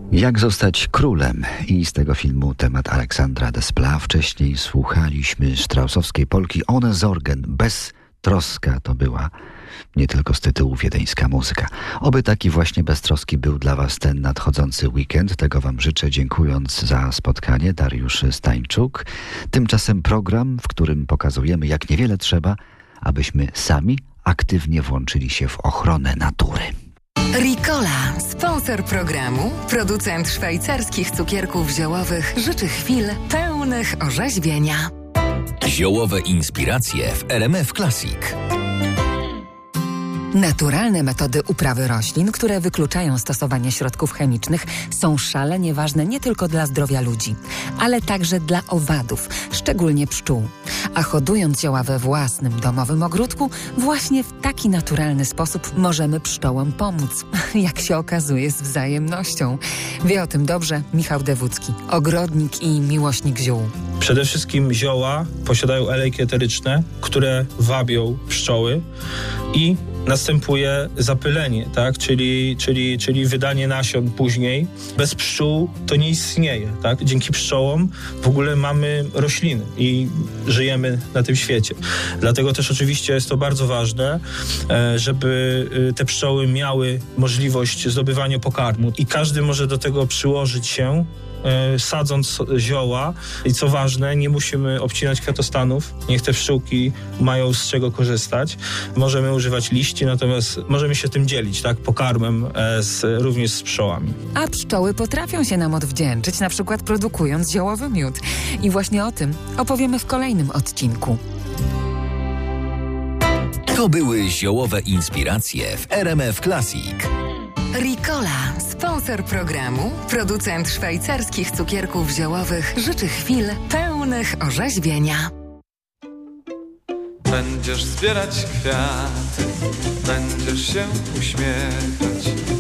Jak zostać królem? I z tego filmu temat Aleksandra Desplat. Wcześniej słuchaliśmy straussowskiej polki Ohne Sorgen. Beztroska to była, nie tylko z tytułu wiedeńska muzyka. Oby taki właśnie beztroski był dla Was ten nadchodzący weekend. Tego Wam życzę, dziękując za spotkanie. Dariusz Stańczuk. Tymczasem program, w którym pokazujemy, jak niewiele trzeba, abyśmy sami aktywnie włączyli się w ochronę natury. Ricola, sponsor programu, producent szwajcarskich cukierków ziołowych, życzy chwil pełnych orzeźwienia. Ziołowe inspiracje w RMF Classic. Naturalne metody uprawy roślin, które wykluczają stosowanie środków chemicznych, są szalenie ważne nie tylko dla zdrowia ludzi, ale także dla owadów, szczególnie pszczół. A hodując zioła we własnym domowym ogródku, właśnie w taki naturalny sposób możemy pszczołom pomóc. Jak się okazuje, z wzajemnością. Wie o tym dobrze Michał Dewucki, ogrodnik i miłośnik ziół. Przede wszystkim zioła posiadają olejki eteryczne, które wabią pszczoły i następuje zapylenie, tak? Czyli wydanie nasion później. Bez pszczół to nie istnieje, tak? Dzięki pszczołom w ogóle mamy rośliny i żyjemy na tym świecie. Dlatego też oczywiście jest to bardzo ważne, żeby te pszczoły miały możliwość zdobywania pokarmu i każdy może do tego przyłożyć się, sadząc zioła i co ważne, nie musimy obcinać kwiatostanów, niech te pszczółki mają z czego korzystać. Możemy używać liści, natomiast możemy się tym dzielić, tak, pokarmem również z pszczołami. A pszczoły potrafią się nam odwdzięczyć, na przykład produkując ziołowy miód. I właśnie o tym opowiemy w kolejnym odcinku. To były ziołowe inspiracje w RMF Classic. Ricola, sponsor programu, producent szwajcarskich cukierków ziołowych, życzy chwil pełnych orzeźwienia. Będziesz zbierać kwiaty, będziesz się uśmiechać.